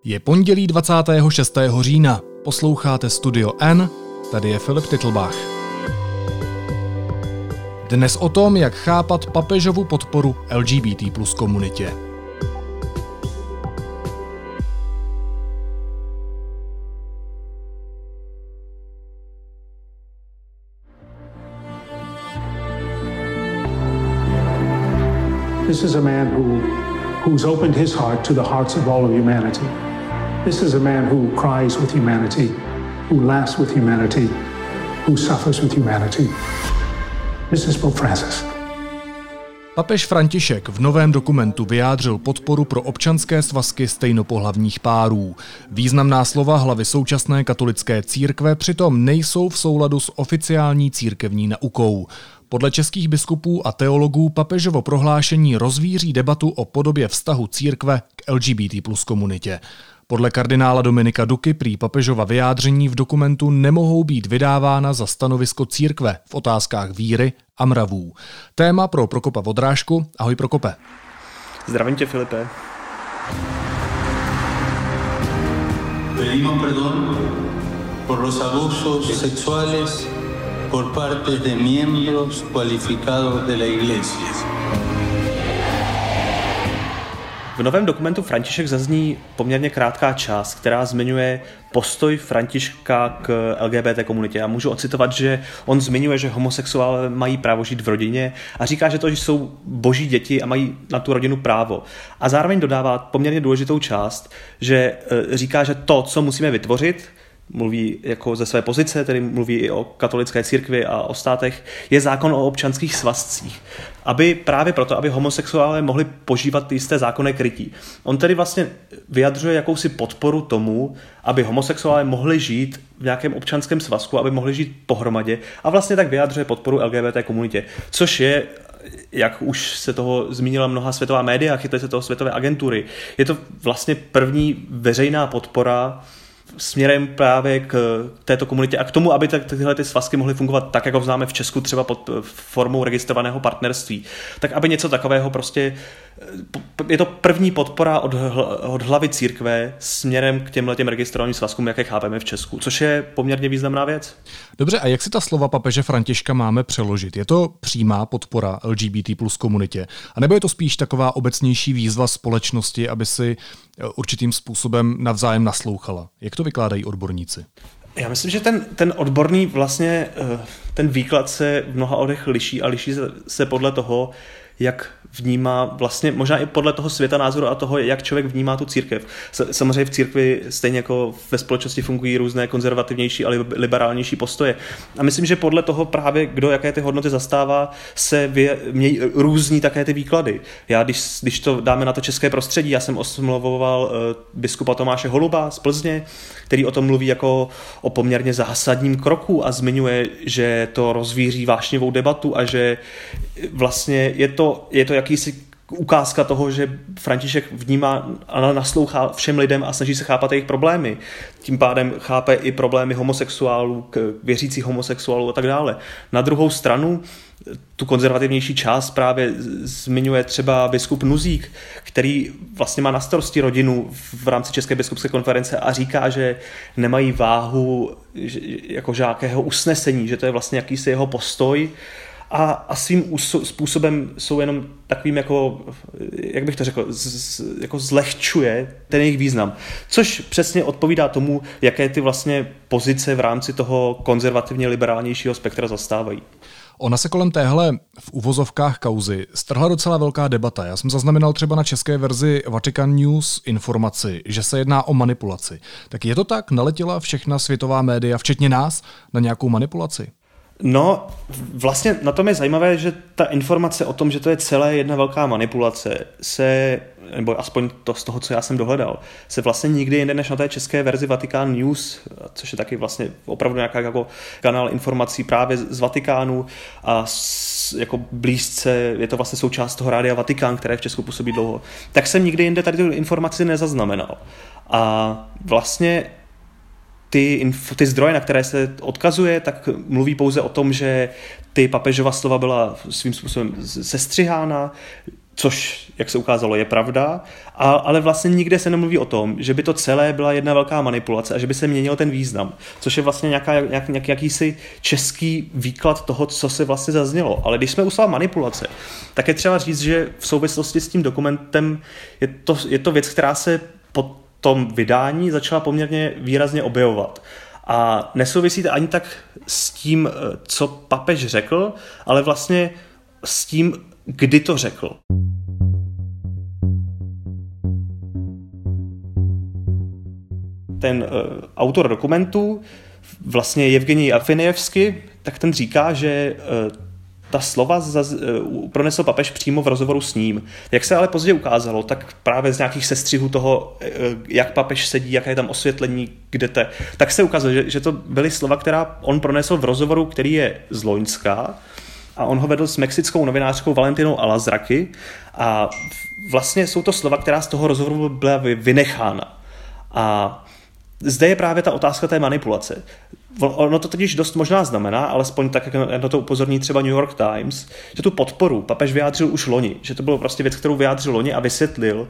Je pondělí 26. října. Posloucháte Studio N, tady je Filip Titlbach. Dnes o tom, jak chápat papežovu podporu LGBT+ komunitě. This is a man who's opened his heart to the hearts of all of humanity. This is a man who cries with humanity, who laughs with humanity, who suffers with humanity. This is Pope Francis. Papež František v novém dokumentu vyjádřil podporu pro občanské svazky stejnopohlavních párů. Významná slova hlavy současné katolické církve přitom nejsou v souladu s oficiální církevní naukou. Podle českých biskupů a teologů papežovo prohlášení rozvíří debatu o podobě vztahu církve k LGBT+ komunitě. Podle kardinála Dominika Duky prý papežova vyjádření v dokumentu nemohou být vydávána za stanovisko církve v otázkách víry a mravů. Téma pro Prokopa Vodrážku. Ahoj Prokope. Zdravím tě, Filipe. Pedimos perdón por los abusos sexuales por parte de miembros cualificados de la Iglesia. V novém dokumentu František zazní poměrně krátká část, která zmiňuje postoj Františka k LGBT komunitě. Já můžu ocitovat, že on zmiňuje, že homosexuálové mají právo žít v rodině a říká, že to jsou boží děti a mají na tu rodinu právo. A zároveň dodává poměrně důležitou část, že říká, že to, co musíme vytvořit, mluví jako ze své pozice, tedy mluví i o katolické církvi a o státech, je zákon o občanských svazcích. Právě proto, aby homosexuálové mohli požívat jisté zákonné krytí. On tedy vlastně vyjadřuje jakousi podporu tomu, aby homosexuálové mohli žít v nějakém občanském svazku, aby mohli žít pohromadě a vlastně tak vyjadřuje podporu LGBT komunitě, což je, jak už se toho zmínila mnoha světová média, chytají se toho světové agentury, je to vlastně první veřejná podpora směrem právě k této komunitě a k tomu, aby tyhle ty svazky mohly fungovat tak, jako známe v Česku třeba pod formou registrovaného partnerství. Tak aby něco takového prostě, je to první podpora od hlavy církve směrem k těmhletěm registrovaným svazkům, jaké chápeme v Česku, což je poměrně významná věc. Dobře, a jak si ta slova papeže Františka máme přeložit? Je to přímá podpora LGBT+ komunitě? A nebo je to spíš taková obecnější výzva společnosti, aby si určitým způsobem navzájem naslouchala? Jak to vykládají odborníci? Já myslím, že ten odborný vlastně, ten výklad se v mnoha ohledech liší a liší se podle toho, jak vnímá vlastně, možná i podle toho světonázoru a toho, jak člověk vnímá tu církev. Samozřejmě v církvi stejně jako ve společnosti fungují různé konzervativnější a liberálnější postoje. A myslím, že podle toho právě, kdo jaké ty hodnoty zastává, se mějí různí také ty výklady. Já, když to dáme na to české prostředí, já jsem oslovoval biskupa Tomáše Holuba z Plzně, který o tom mluví jako o poměrně zásadním kroku a zmiňuje, že to rozvíří vášnivou debatu a že vlastně je to jakýsi ukázka toho, že František vnímá a naslouchá všem lidem a snaží se chápat jejich problémy. Tím pádem chápe i problémy homosexuálů, věřících homosexuálů a tak dále. Na druhou stranu tu konzervativnější část právě zmiňuje třeba biskup Nuzík, který vlastně má na starosti rodinu v rámci České biskupské konference a říká, že nemají váhu jako žádného usnesení, že to je vlastně jakýsi jeho postoj, a svým způsobem jsou jenom takovým, jako, jak bych to řekl, jako zlehčuje ten jejich význam. Což přesně odpovídá tomu, jaké ty vlastně pozice v rámci toho konzervativně liberálnějšího spektra zastávají. Ona se kolem téhle v uvozovkách kauzy strhla docela velká debata. Já jsem zaznamenal třeba na české verzi Vatican News informaci, že se jedná o manipulaci. Tak je to tak? Naletěla všechna světová média, včetně nás, na nějakou manipulaci? No, vlastně na tom je zajímavé, že ta informace o tom, že to je celé jedna velká manipulace, nebo aspoň to z toho, co já jsem dohledal, se vlastně nikdy jinde než na té české verzi Vatican News, což je taky vlastně opravdu nějaká jako kanál informací právě z Vatikánu a jako blízce, je to vlastně součást toho rádia Vatikán, které v Česku působí dlouho, tak jsem nikdy jinde tady tu informaci nezaznamenal. A vlastně ty zdroje, na které se odkazuje, tak mluví pouze o tom, že ty papežova slova byla svým způsobem sestřihána, což, jak se ukázalo, je pravda, ale vlastně nikde se nemluví o tom, že by to celé byla jedna velká manipulace a že by se měnil ten význam, což je vlastně jakýsi český výklad toho, co se vlastně zaznělo. Ale když jsme u slova manipulace, tak je třeba říct, že v souvislosti s tím dokumentem je to věc, která se po tom vydání začala poměrně výrazně objevovat. A nesouvisí to ani tak s tím, co papež řekl, ale vlastně s tím, kdy to řekl. Ten autor dokumentu, vlastně Evgenij Afinejevsky, tak ten říká, že ta slova pronesl papež přímo v rozhovoru s ním. Jak se ale později ukázalo, tak právě z nějakých sestřihů toho, jak papež sedí, jaké je tam osvětlení, kde tak se ukázalo, že to byly slova, která on pronesl v rozhovoru, který je z Loňska, a on ho vedl s mexickou novinářkou Valentinou Alazraky a vlastně jsou to slova, která z toho rozhovoru byla vynechána. A zde je právě ta otázka té manipulace. Ono to totiž dost možná znamená, alespoň tak, jak na to upozorní třeba New York Times, že tu podporu papež vyjádřil už loni, že to bylo prostě věc, kterou vyjádřil loni a vysvětlil,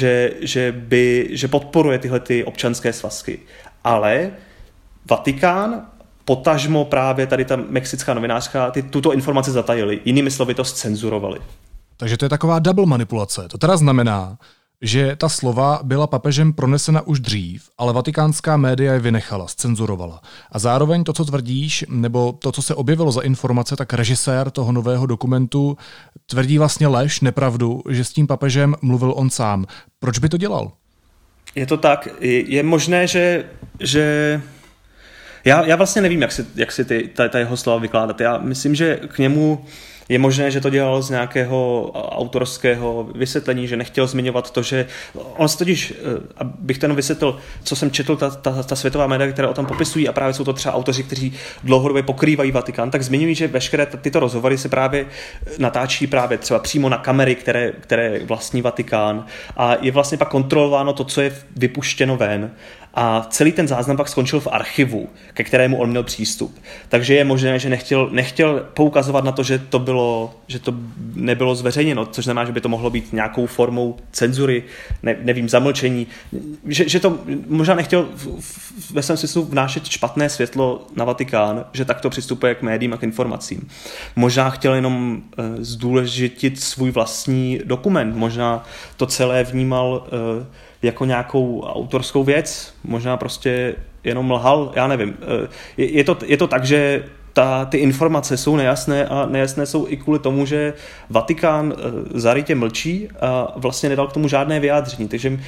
že podporuje tyhle ty občanské svazky. Ale Vatikán, potažmo právě tady ta mexická novinářka, tuto informaci zatajili. Jinými slovy to zcenzurovali. Takže to je taková double manipulace. To teda znamená, že ta slova byla papežem pronesena už dřív, ale vatikánská média je vynechala, zcenzurovala. A zároveň to, co tvrdíš, nebo to, co se objevilo za informace, tak režisér toho nového dokumentu tvrdí vlastně lež, nepravdu, že s tím papežem mluvil on sám. Proč by to dělal? Je to tak. Je možné, že já vlastně nevím, jak si ta jeho slova vykládat. Já myslím, že k němu je možné, že to dělal z nějakého autorského vysvětlení, že nechtěl zmiňovat to, že on se totiž, abych ten vysvětlil, co jsem četl, ta světová média, které o tom popisují, a právě jsou to třeba autoři, kteří dlouhodobě pokrývají Vatikán, tak zmiňují, že veškeré tyto rozhovory se právě natáčí právě třeba přímo na kamery, které vlastní Vatikán, a je vlastně pak kontrolováno to, co je vypuštěno ven. A celý ten záznam pak skončil v archivu, ke kterému on měl přístup. Takže je možné, že nechtěl poukazovat na to, že to nebylo zveřejněno, což znamená, že by to mohlo být nějakou formou cenzury, nevím, zamlčení. Že to možná nechtěl ve svém smyslu vnášet špatné světlo na Vatikán, že takto přistupuje k médiím a k informacím. Možná chtěl jenom zdůležitit svůj vlastní dokument, možná to celé vnímal jako nějakou autorskou věc, možná prostě jenom lhal, já nevím. Je to tak, že ty informace jsou nejasné a nejasné jsou i kvůli tomu, že Vatikán zarytě mlčí a vlastně nedal k tomu žádné vyjádření. Takže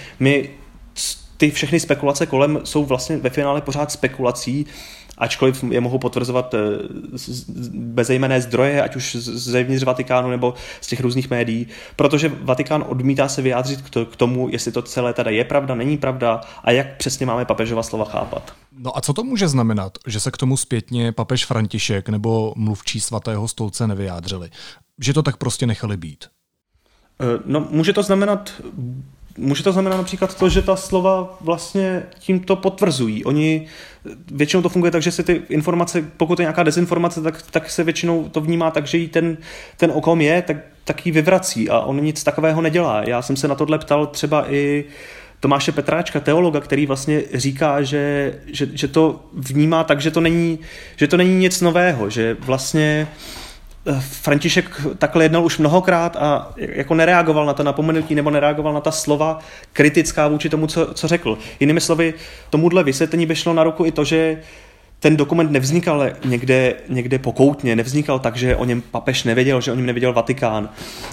ty všechny spekulace kolem jsou vlastně ve finále pořád spekulací, ačkoliv je mohou potvrzovat bezejmenné zdroje, ať už zevnitř Vatikánu nebo z těch různých médií, protože Vatikán odmítá se vyjádřit k tomu, jestli to celé teda je pravda, není pravda a jak přesně máme papežova slova chápat. No a co to může znamenat, že se k tomu zpětně papež František nebo mluvčí Svatého stolce nevyjádřili? Že to tak prostě nechali být? No, může to znamenat například to, že ta slova vlastně tímto potvrzují. Většinou to funguje tak, že se ty informace, pokud je nějaká dezinformace, tak se většinou to vnímá tak, že jí ten o kom je, tak ji vyvrací a on nic takového nedělá. Já jsem se na tohle ptal třeba i Tomáše Petráčka, teologa, který vlastně říká, že to vnímá tak, že to není nic nového, že vlastně František takhle jednal už mnohokrát a jako nereagoval na to napomenutí nebo nereagoval na ta slova kritická vůči tomu, co řekl. Jinými slovy, tomuhle vysvětlení by šlo na ruku i to, že ten dokument nevznikal někde pokoutně, nevznikal tak, že o něm papež nevěděl, že o něm nevěděl Vatikán.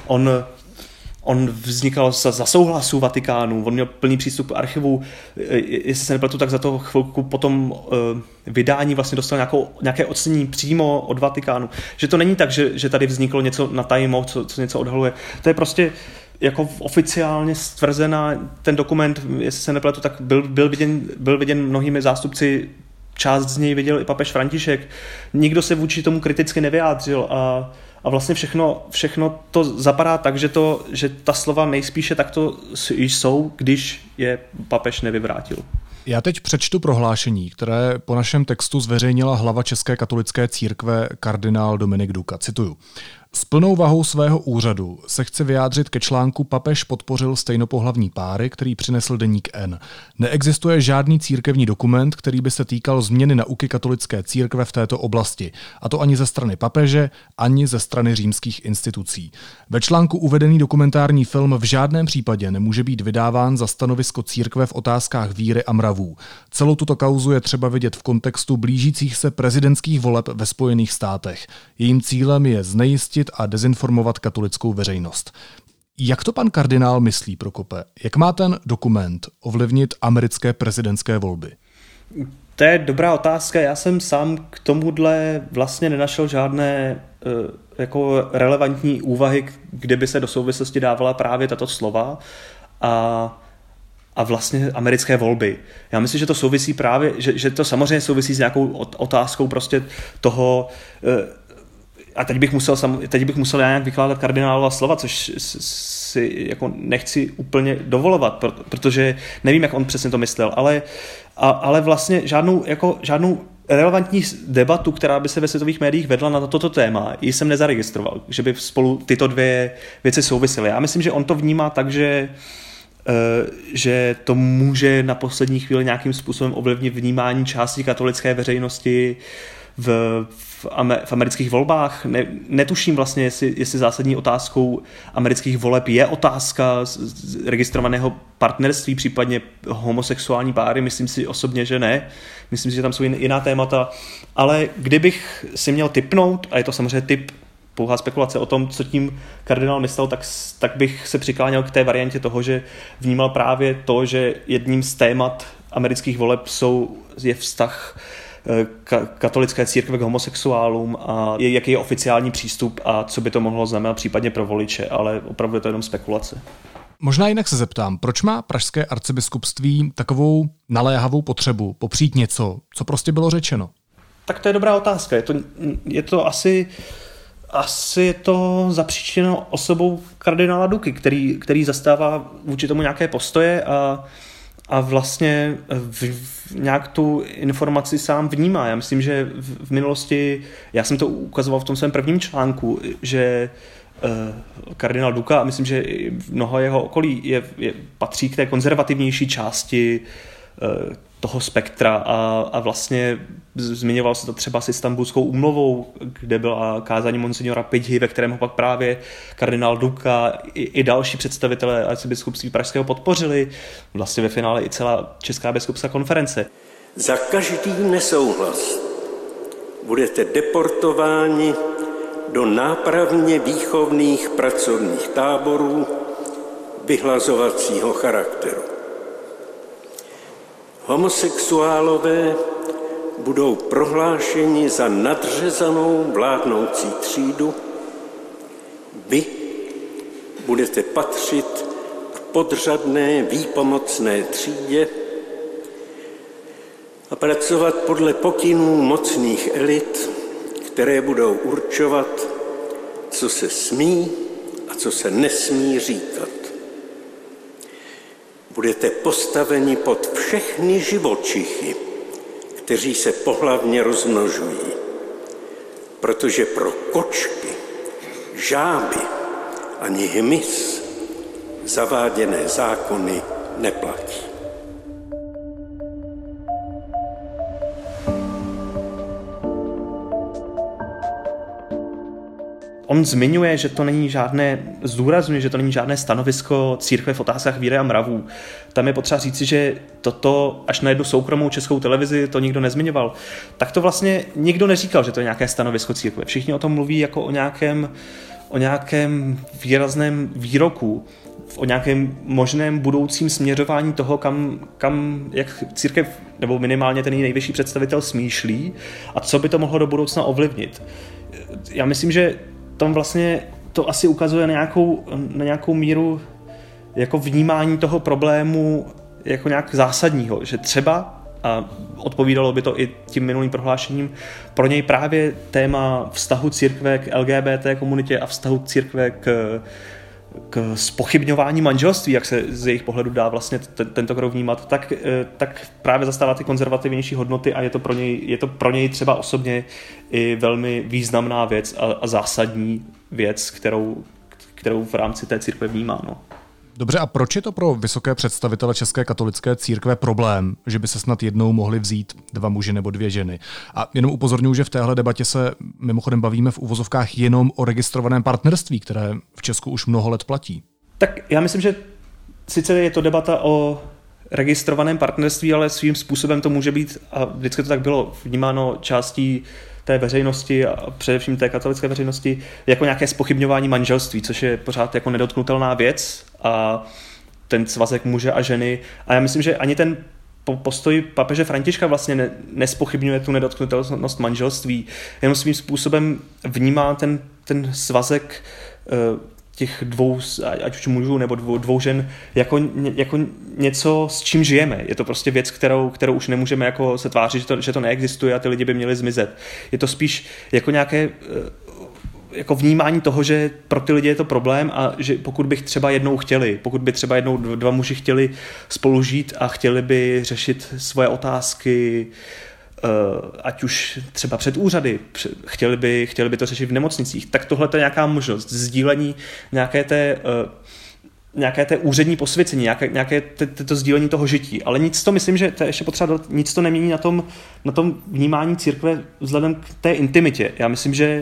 On vznikal za souhlasu Vatikánu, on měl plný přístup k archivu, jestli se nepletu, tak za to chvilku potom vydání vlastně dostal nějaké ocenění přímo od Vatikánu. Že to není tak, že tady vzniklo něco natajmo, co něco odhaluje. To je prostě jako oficiálně stvrzená, ten dokument, jestli se nepletu, tak byl viděn mnohými zástupci, část z něj viděl i papež František. Nikdo se vůči tomu kriticky nevyjádřil a vlastně všechno to zapadá tak, že ta slova nejspíše takto jsou, když je papež nevyvrátil. Já teď přečtu prohlášení, které po našem textu zveřejnila hlava České katolické církve kardinál Dominik Duka. Cituju. S plnou vahou svého úřadu se chce vyjádřit ke článku Papež podpořil stejnopohlavní páry, který přinesl deník N. Neexistuje žádný církevní dokument, který by se týkal změny nauky katolické církve v této oblasti, a to ani ze strany papeže, ani ze strany římských institucí. Ve článku uvedený dokumentární film v žádném případě nemůže být vydáván za stanovisko církve v otázkách víry a mravů. Celou tuto kauzu je třeba vidět v kontextu blížících se prezidentských voleb ve Spojených státech. Jejím cílem je znejistit a dezinformovat katolickou veřejnost. Jak to pan kardinál myslí, Prokope? Jak má ten dokument ovlivnit americké prezidentské volby? To je dobrá otázka. Já jsem sám k tomuhle vlastně nenašel žádné jako relevantní úvahy, kde by se do souvislosti dávala právě tato slova a vlastně americké volby. Já myslím, že to souvisí právě, že to samozřejmě souvisí s nějakou otázkou prostě toho. A teď bych musel nějak vykládat kardinálova slova, což si jako nechci úplně dovolovat, protože nevím, jak on přesně to myslel, ale vlastně žádnou relevantní debatu, která by se ve světových médiích vedla na toto téma, jsem nezaregistroval, že by spolu tyto dvě věci souvisely. Já myslím, že on to vnímá tak, že to může na poslední chvíli nějakým způsobem ovlivnit vnímání části katolické veřejnosti v amerických volbách. Netuším vlastně, jestli zásadní otázkou amerických voleb je otázka registrovaného partnerství, případně homosexuální páry. Myslím si osobně, že ne. Myslím si, že tam jsou jiná témata. Ale kdybych si měl tipnout, a je to samozřejmě tip, pouhá spekulace o tom, co tím kardinál myslel, tak bych se přikláněl k té variantě toho, že vnímal právě to, že jedním z témat amerických voleb je vztah katolické církve k homosexuálům a jaký je oficiální přístup a co by to mohlo znamenat případně pro voliče, ale opravdu je to jenom spekulace. Možná jinak se zeptám, proč má pražské arcibiskupství takovou naléhavou potřebu popřít něco, co prostě bylo řečeno? Tak to je dobrá otázka. Je to asi je to zapříčiněno osobou kardinála Duky, který zastává vůči tomu nějaké postoje a vlastně nějak tu informaci sám vnímá. Já myslím, že v minulosti, já jsem to ukazoval v tom svém prvním článku, že kardinál Duka, a myslím, že mnoho jeho okolí patří k té konzervativnější části toho spektra a vlastně zmiňoval se to třeba s Istanbulskou úmluvou, kde byla kázání monsignora Pidhy, ve kterém ho pak právě kardinál Duka i další představitelé arcibiskupství pražského podpořili, vlastně ve finále i celá Česká biskupská konference. Za každý nesouhlas budete deportováni do nápravně výchovných pracovních táborů vyhlazovacího charakteru. Homosexuálové budou prohlášeni za nadřezanou vládnoucí třídu. Vy budete patřit k podřadné výpomocné třídě a pracovat podle pokynů mocných elit, které budou určovat, co se smí a co se nesmí říkat. Budete postaveni pod všechny živočichy, kteří se pohlavně rozmnožují, protože pro kočky, žáby ani hmyz zaváděné zákony neplatí. On zmiňuje, že to není zdůrazňuje, že to není žádné stanovisko církve v otázkách víry a mravů. Tam je potřeba říci, že toto až na jednu soukromou českou televizi to nikdo nezmiňoval. Tak to vlastně nikdo neříkal, že to je nějaké stanovisko církve. Všichni o tom mluví jako o nějakém výrazném výroku, o nějakém možném budoucím směřování toho, kam jak církev, nebo minimálně ten nejvyšší představitel smýšlí a co by to mohlo do budoucna ovlivnit. Já myslím, že tam vlastně to asi ukazuje na nějakou míru jako vnímání toho problému jako nějak zásadního, že třeba, a odpovídalo by to i tím minulým prohlášením, pro něj právě téma vztahu církve k LGBT komunitě a vztahu církve k zpochybňování manželství, jak se z jejich pohledu dá vlastně tento krok vnímat, tak právě zastává ty konzervativnější hodnoty a je to pro něj třeba osobně i velmi významná věc a zásadní věc, kterou v rámci té církve vnímá. No. Dobře, a proč je to pro vysoké představitele České katolické církve problém, že by se snad jednou mohli vzít 2 muži nebo 2 ženy? A jenom upozorňuji, že v téhle debatě se mimochodem bavíme v uvozovkách jenom o registrovaném partnerství, které v Česku už mnoho let platí. Tak já myslím, že sice je to debata o registrovaném partnerství, ale svým způsobem to může být, a vždycky to tak bylo vnímáno částí té veřejnosti a především té katolické veřejnosti jako nějaké zpochybňování manželství, což je pořád jako nedotknutelná věc a ten svazek muže a ženy. A já myslím, že ani ten postoj papeže Františka vlastně nespochybňuje tu nedotknutelnost manželství, jenom svým způsobem vnímá ten svazek těch 2, ať už mužů nebo 2 žen, jako něco, s čím žijeme. Je to prostě věc, kterou už nemůžeme jako se tvářit, že to neexistuje a ty lidi by měli zmizet. Je to spíš jako nějaké jako vnímání toho, že pro ty lidi je to problém a že pokud by třeba jednou 2 muži chtěli spolu žít a chtěli by řešit svoje otázky, ať už třeba před úřady, chtěli by to řešit v nemocnicích, tak tohle je nějaká možnost sdílení nějaké té úřední posvěcení, nějaké to sdílení toho žití. Ale nic to, myslím, že to je ještě potřeba, nic to nemění na tom vnímání církve vzhledem k té intimitě. Já myslím, že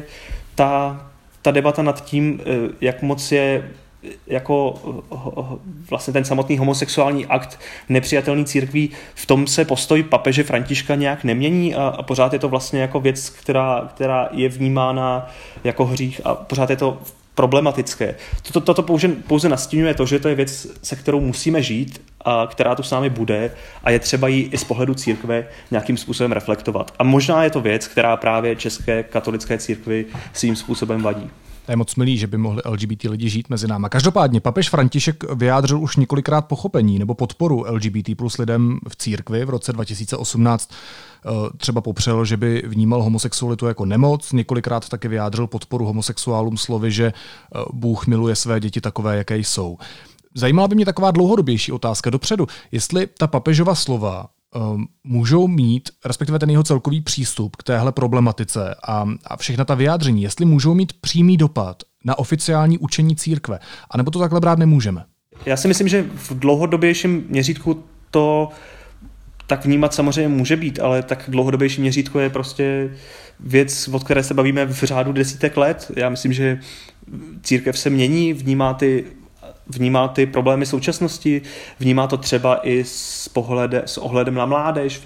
ta debata nad tím, jak moc je jako vlastně ten samotný homosexuální akt nepřijatelný církví, v tom se postoj papeže Františka nějak nemění a pořád je to vlastně jako věc, která je vnímána jako hřích a pořád je to problematické. Toto pouze nastíňuje to, že to je věc, se kterou musíme žít a která tu s námi bude a je třeba ji i z pohledu církve nějakým způsobem reflektovat. A možná je to věc, která právě České katolické církvi svým způsobem vadí. To je moc milý, že by mohli LGBT lidi žít mezi náma. Každopádně papež František vyjádřil už několikrát pochopení nebo podporu LGBT plus lidem v církvi. V roce 2018 třeba popřel, že by vnímal homosexualitu jako nemoc. Několikrát taky vyjádřil podporu homosexuálům slovy, že Bůh miluje své děti takové, jaké jsou. Zajímala by mě taková dlouhodobější otázka dopředu. Jestli ta papežova slova můžou mít, respektive ten jeho celkový přístup k téhle problematice a všechna ta vyjádření, jestli můžou mít přímý dopad na oficiální učení církve, anebo to takhle brát nemůžeme? Já si myslím, že v dlouhodobějším měřítku to tak vnímat samozřejmě může být, ale tak dlouhodobější měřítko je prostě věc, od které se bavíme v řádu desítek let. Já myslím, že církev se mění, vnímá ty problémy současnosti, vnímá to třeba i s ohledem na mládež,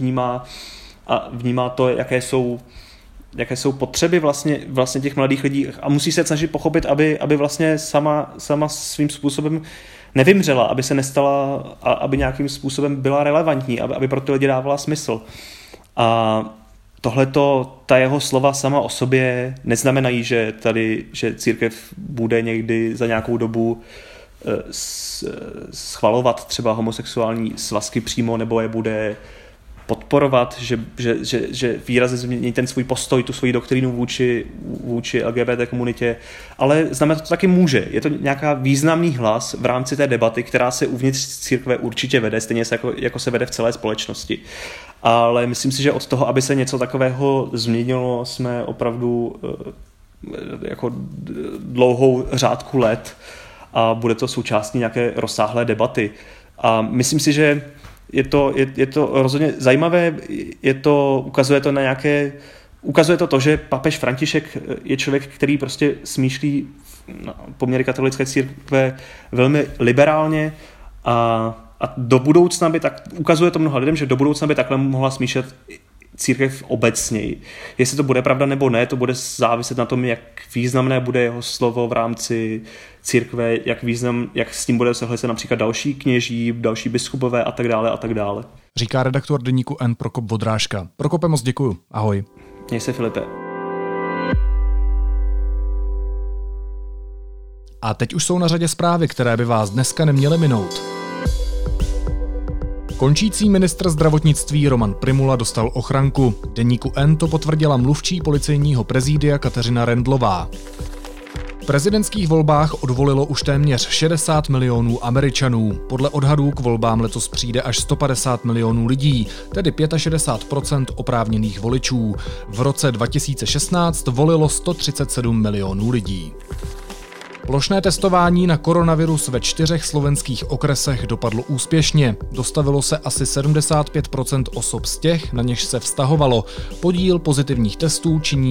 vnímá to, jaké jsou potřeby vlastně těch mladých lidí a musí se snažit pochopit, aby vlastně sama svým způsobem nevymřela, aby se nestala a aby nějakým způsobem byla relevantní, aby pro ty lidi dávala smysl. A ta jeho slova sama o sobě neznamenají, že církev bude někdy za nějakou dobu schvalovat třeba homosexuální svazky přímo, nebo je bude podporovat, že výrazně změní ten svůj postoj, tu svoji doktrínu vůči LGBT komunitě, ale znamená to taky může. Je to nějaká významný hlas v rámci té debaty, která se uvnitř církve určitě vede, stejně jako se vede v celé společnosti. Ale myslím si, že od toho, aby se něco takového změnilo, jsme opravdu jako dlouhou řádku let a bude to součástí nějaké rozsáhlé debaty. A myslím si, že je to rozhodně zajímavé, ukazuje to, že papež František je člověk, který prostě smýšlí poměry katolické církve velmi liberálně a do budoucna ukazuje to mnoha lidem, že do budoucna by takhle mohla smýšlet církev obecněji. Jestli to bude pravda nebo ne, to bude záviset na tom, jak významné bude jeho slovo v rámci církve, jak s tím bude souhlasit například další kněží, další biskupové a tak dále a tak dále. Říká redaktor deníku N Prokop Vodrážka. Prokope, moc děkuju. Ahoj. Měj se, Filipe. A teď už jsou na řadě zprávy, které by vás dneska neměly minout. Končící ministr zdravotnictví Roman Prymula dostal ochranku. Deníku N to potvrdila mluvčí policejního prezídia Kateřina Rendlová. prezidentských volbách odvolilo už téměř 60 milionů Američanů. Podle odhadů k volbám letos přijde až 150 milionů lidí, tedy 65% oprávněných voličů. V roce 2016 volilo 137 milionů lidí. Plošné testování na koronavirus ve 4 slovenských okresech dopadlo úspěšně. Dostavilo se asi 75% osob z těch, na něž se vztahovalo. Podíl pozitivních testů činí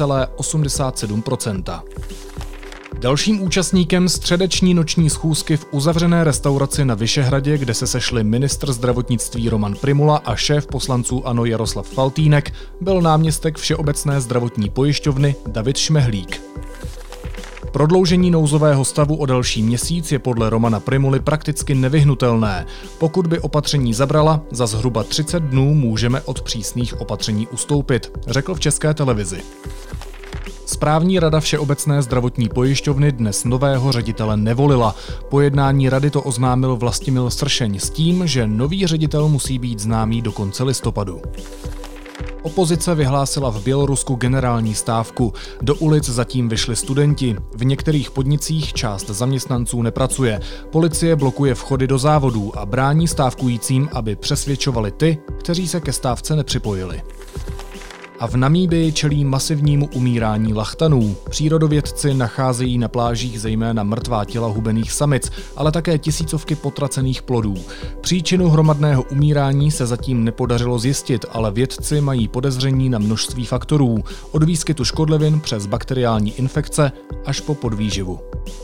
3,87%. Dalším účastníkem středeční noční schůzky v uzavřené restauraci na Vyšehradě, kde se sešli ministr zdravotnictví Roman Prymula a šéf poslanců ANO Jaroslav Faltýnek, byl náměstek Všeobecné zdravotní pojišťovny David Šmehlík. Prodloužení nouzového stavu o další měsíc je podle Romana Prymuly prakticky nevyhnutelné. Pokud by opatření zabrala, za zhruba 30 dnů můžeme od přísných opatření ustoupit, řekl v České televizi. Správní rada Všeobecné zdravotní pojišťovny dnes nového ředitele nevolila. Po jednání rady to oznámil Vlastimil Sršeň s tím, že nový ředitel musí být známý do konce listopadu. Opozice vyhlásila v Bělorusku generální stávku. Do ulic zatím vyšli studenti. V některých podnicích část zaměstnanců nepracuje. Policie blokuje vchody do závodů a brání stávkujícím, aby přesvědčovali ty, kteří se ke stávce nepřipojili. A v Namíbii čelí masivnímu umírání lachtanů. Přírodovědci nacházejí na plážích zejména mrtvá těla hubených samic, ale také tisícovky potracených plodů. Příčinu hromadného umírání se zatím nepodařilo zjistit, ale vědci mají podezření na množství faktorů, od výskytu škodlivin přes bakteriální infekce až po podvýživu.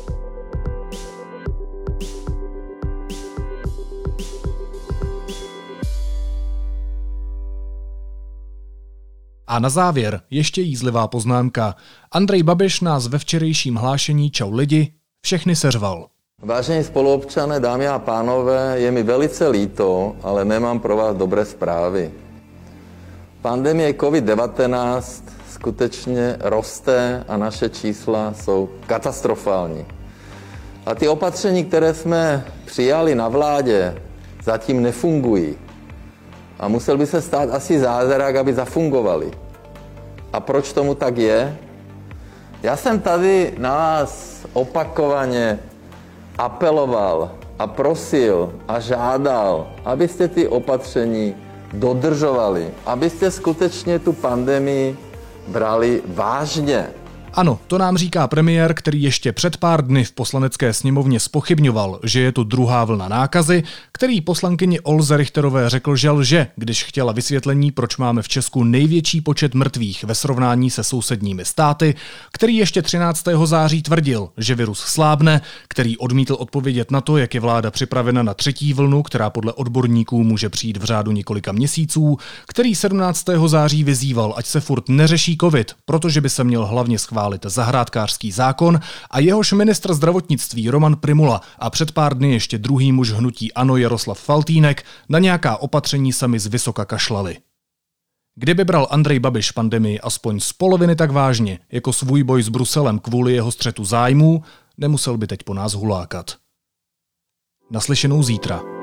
A na závěr ještě jízlivá poznámka. Andrej Babiš nás ve včerejším hlášení Čau lidi všechny seřval. Vážení spoluobčané, dámy a pánové, je mi velice líto, ale nemám pro vás dobré zprávy. Pandemie COVID-19 skutečně roste a naše čísla jsou katastrofální. A ty opatření, které jsme přijali na vládě, zatím nefungují. A musel by se stát asi zázrak, aby zafungovaly. A proč tomu tak je? Já jsem tady na vás opakovaně apeloval a prosil a žádal, abyste ty opatření dodržovali, abyste skutečně tu pandemii brali vážně. Ano, to nám říká premiér, který ještě před pár dny v Poslanecké sněmovně zpochybňoval, že je tu druhá vlna nákazy, který poslankyni Olze Richterové řekl, že lže, když chtěla vysvětlení, proč máme v Česku největší počet mrtvých ve srovnání se sousedními státy, který ještě 13. září tvrdil, že virus slábne, který odmítl odpovědět na to, jak je vláda připravena na třetí vlnu, která podle odborníků může přijít v řádu několika měsíců, který 17. září vyzýval, ať se furt neřeší covid, protože by se měl hlavně schválit zahrádkářský zákon a jehož ministr zdravotnictví Roman Prymula a před pár dny ještě druhý muž hnutí ANO Jaroslav Faltýnek na nějaká opatření sami zvysoka kašlali. Kdyby bral Andrej Babiš pandemii aspoň z poloviny tak vážně jako svůj boj s Bruselem kvůli jeho střetu zájmů, nemusel by teď po nás hulákat. Naslyšenou zítra.